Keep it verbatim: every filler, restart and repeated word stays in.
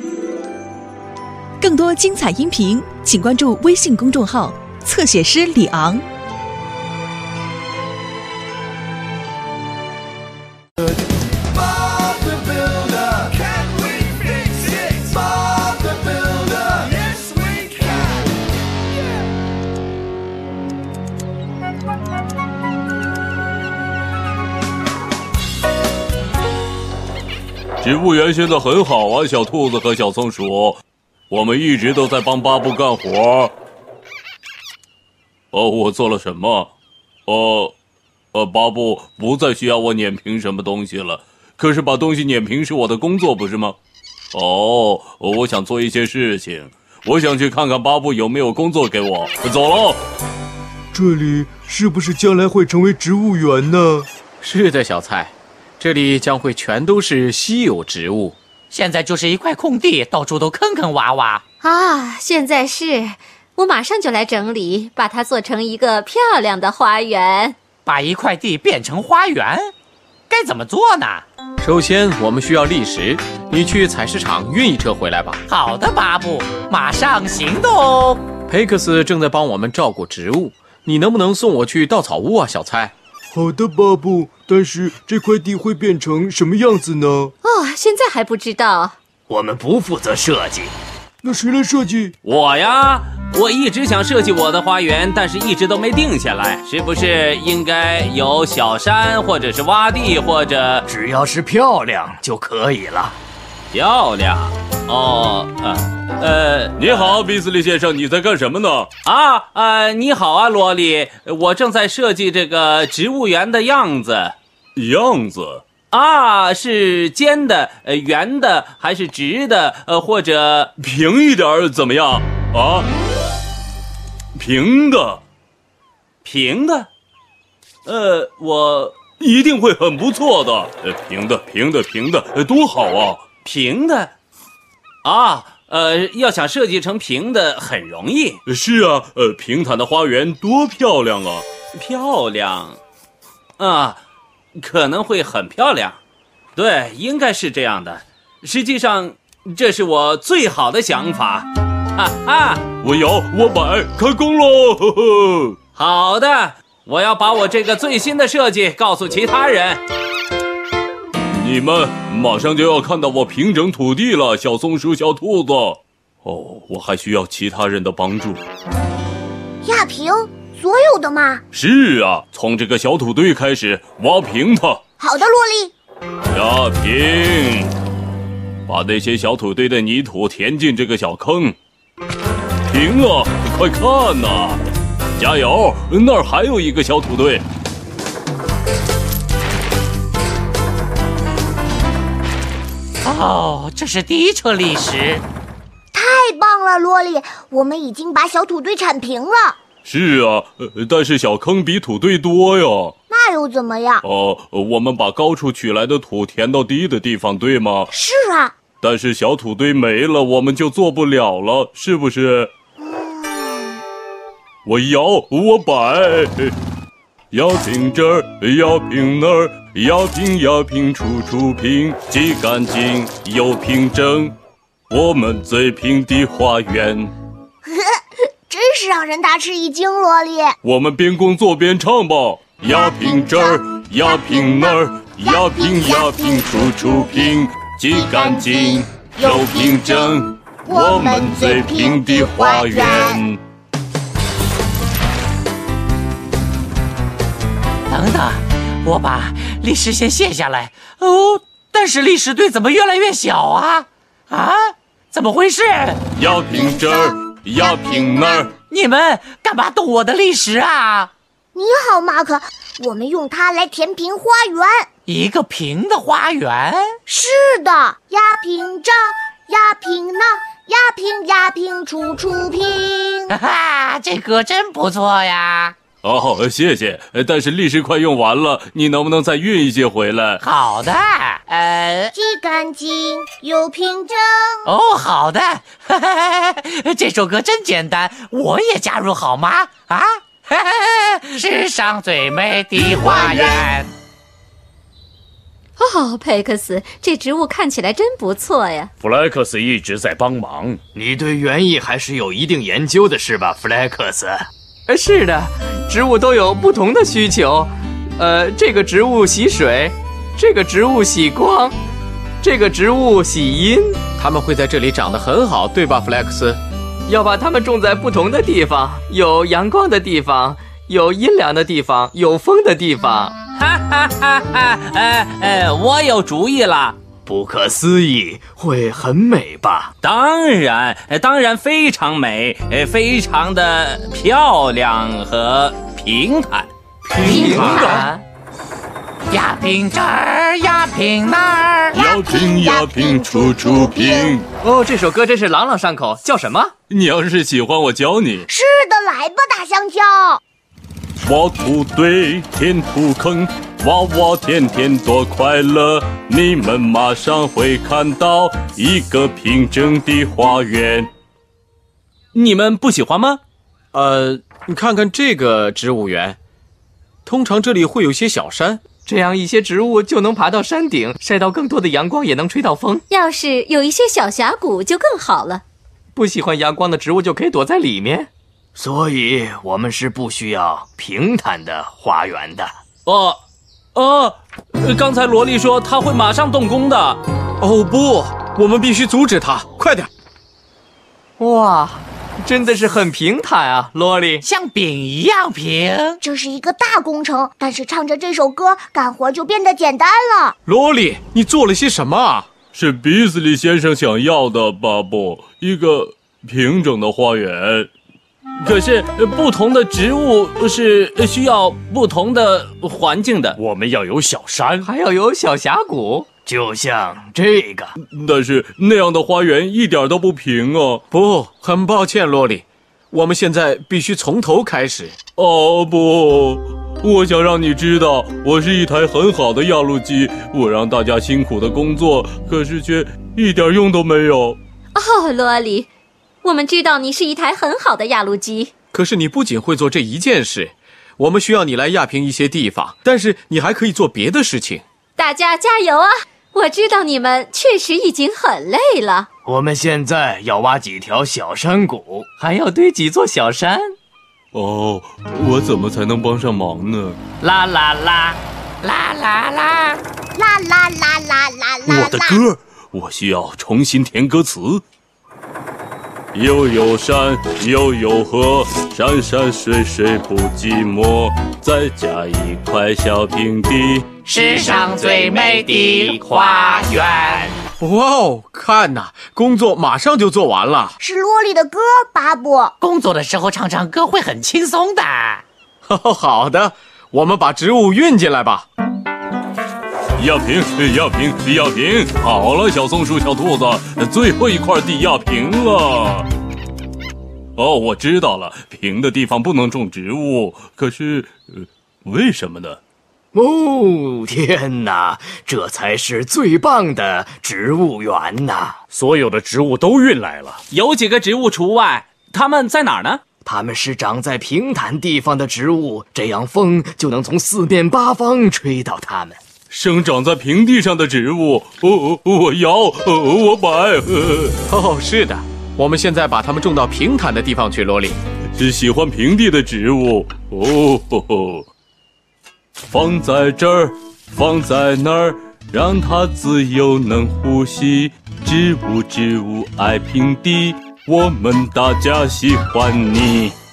更多精彩音频，请关注微信公众号“侧写师李昂”。 植物园现在很好啊，小兔子和小松鼠，我们一直都在帮巴布干活。哦，我做了什么？呃，呃，巴布不再需要我碾平什么东西了。可是把东西碾平是我的工作，不是吗？哦，我想做一些事情，我想去看看巴布有没有工作给我。走了。 这里是不是将来会成为植物园呢？ 是的，小蔡。这里将会全都是稀有植物， 现在就是一块空地，到处都坑坑洼洼啊！现在是，我马上就来整理，把它做成一个漂亮的花园。 把一块地变成花园，该怎么做呢？ 首先，我们需要砾石，你去采石场运一车回来吧。 好的，巴布，马上行动。 佩克斯正在帮我们照顾植物，你能不能送我去稻草屋啊，小蔡？ 好的，巴布。但是这块地会变成什么样子呢？ 哦，现在还不知道。 我们不负责设计。 那谁来设计？ 我呀，我一直想设计我的花园，但是一直都没定下来。是不是应该有小山，或者是洼地，或者…… 只要是漂亮就可以了。 漂亮？哦，呃，呃， 你好，比斯利先生，你在干什么呢？ 啊，呃，你好啊，罗莉，我正在设计这个植物园的样子。 样子？ 啊，是尖的、呃、圆的，还是直的？呃，或者平一点怎么样？啊，平的， 平的，呃，我一定会很不错的。呃，平的，平的，平的，呃，多好啊！ 平的。啊，呃，要想设计成平的很容易。 是啊，呃，平坦的花园多漂亮啊！ 漂亮，啊，可能会很漂亮。对，应该是这样的。实际上，这是我最好的想法。哈哈， 我摇，我摆，开工喽！呵呵。 好的，我要把我这个最新的设计告诉其他人。 你们马上就要看到我平整土地了，小松鼠、小兔子。哦，我还需要其他人的帮助。 压平所有的吗？ 是啊，从这个小土堆开始挖平它。 好的，萝莉。 压平，把那些小土堆的泥土填进这个小坑。平啊，快看呐！加油，那儿还有一个小土堆。 哦，这是第一车砾石， 太棒了，萝莉！我们已经把小土堆铲平了。 是啊，但是小坑比土堆多呀。 那又怎么样？ 哦，我们把高处取来的土填到低的地方，对吗？ 是啊。 但是小土堆没了，我们就做不了了，是不是？ 嗯。 我摇，我摆。压平这儿，压平那儿，压平压平处处平，既干净又平整，我们最平的花园。 真是让人大吃一惊，萝莉。 我们边工作边唱吧。压平这儿，压平那儿，压平压平处处平，既干净又平整，我们最平的花园。 等等，我把砾石先卸下来。哦，但是砾石堆怎么越来越小啊？啊，怎么回事？ 压平这儿，压平那儿。 你们干嘛动我的砾石啊？ 你好，马可，我们用它来填平花园。 一个平的花园？ 是的，压平这，压平那，压平压平处处平。 哈哈，这歌真不错呀。 哦，谢谢。但是砾石快用完了，你能不能再运一些回来？ 好的，呃， 既干净又平整。 哦，好的。这首歌真简单，我也加入好吗？啊，世上最美的花园。 哦，佩克斯，这植物看起来真不错呀。 弗莱克斯一直在帮忙，你对园艺还是有一定研究的是吧，弗莱克斯？ 呃，是的，植物都有不同的需求。呃，这个植物喜水，这个植物喜光，这个植物喜阴。 它们会在这里长得很好，对吧，弗莱克斯？ 要把它们种在不同的地方，有阳光的地方，有阴凉的地方，有风的地方。 哈哈哈哈！呃呃，我有主意了。 不可思议，会很美吧？ 当然，当然非常美，呃，非常的漂亮和平坦。 平坦。 呀平这儿，呀平那儿， 呀平呀平处处平。 哦，这首歌真是朗朗上口，叫什么？ 你要是喜欢，我教你。 是的，来吧，大香蕉。 挖土堆，填土坑，挖挖填填多快乐！你们马上会看到一个平整的花园。 你们不喜欢吗？ 呃，你看看这个植物园，通常这里会有些小山， 这样一些植物就能爬到山顶，晒到更多的阳光，也能吹到风。 要是有一些小峡谷就更好了。 不喜欢阳光的植物就可以躲在里面。 所以我们是不需要平坦的花园的。 哦，哦，刚才萝莉说她会马上动工的。 哦不，我们必须阻止她，快点！ 哇，真的是很平坦啊，萝莉， 像饼一样平。 这是一个大工程，但是唱着这首歌，干活就变得简单了。 萝莉，你做了些什么啊？ 是比斯利先生想要的，巴布，一个平整的花园。 可是不同的植物是需要不同的环境的。 我们要有小山， 还要有小峡谷， 就像这个。 但是那样的花园一点都不平啊！ 不，很抱歉，萝莉，我们现在必须从头开始。 哦不，我想让你知道，我是一台很好的压路机，我让大家辛苦的工作，可是却一点用都没有。 哦，萝莉，我们知道你是一台很好的压路机， 可是你不仅会做这一件事，我们需要你来压平一些地方，但是你还可以做别的事情。 大家加油啊！我知道你们确实已经很累了。 我们现在要挖几条小山谷， 还要堆几座小山。 哦，我怎么才能帮上忙呢？ 啦啦啦，啦啦啦， 啦啦啦啦啦啦！ 我的歌，我需要重新填歌词。悠悠山，悠悠河，山山水水不寂寞。再加一块小平地， 世上最美的花园。 哇哦，看呐，工作马上就做完了。 是萝莉的歌，巴布。 工作的时候唱唱歌会很轻松的。 好的，我们把植物运进来吧。 压平，压平，压平！好了，小松鼠、小兔子，最后一块地压平了。哦，我知道了，平的地方不能种植物。可是，呃，为什么呢？ 哦，天哪，这才是最棒的植物园呐！所有的植物都运来了， 有几个植物除外。它们在哪儿呢？ 它们是长在平坦地方的植物，这样风就能从四面八方吹到它们。 生长在平地上的植物，哦，我要，哦，我买。 哦，是的，我们现在把它们种到平坦的地方去，萝莉。 是喜欢平地的植物，哦吼吼。放在这儿，放在那儿，让它自由能呼吸。植物，植物爱平地，我们大家喜欢你。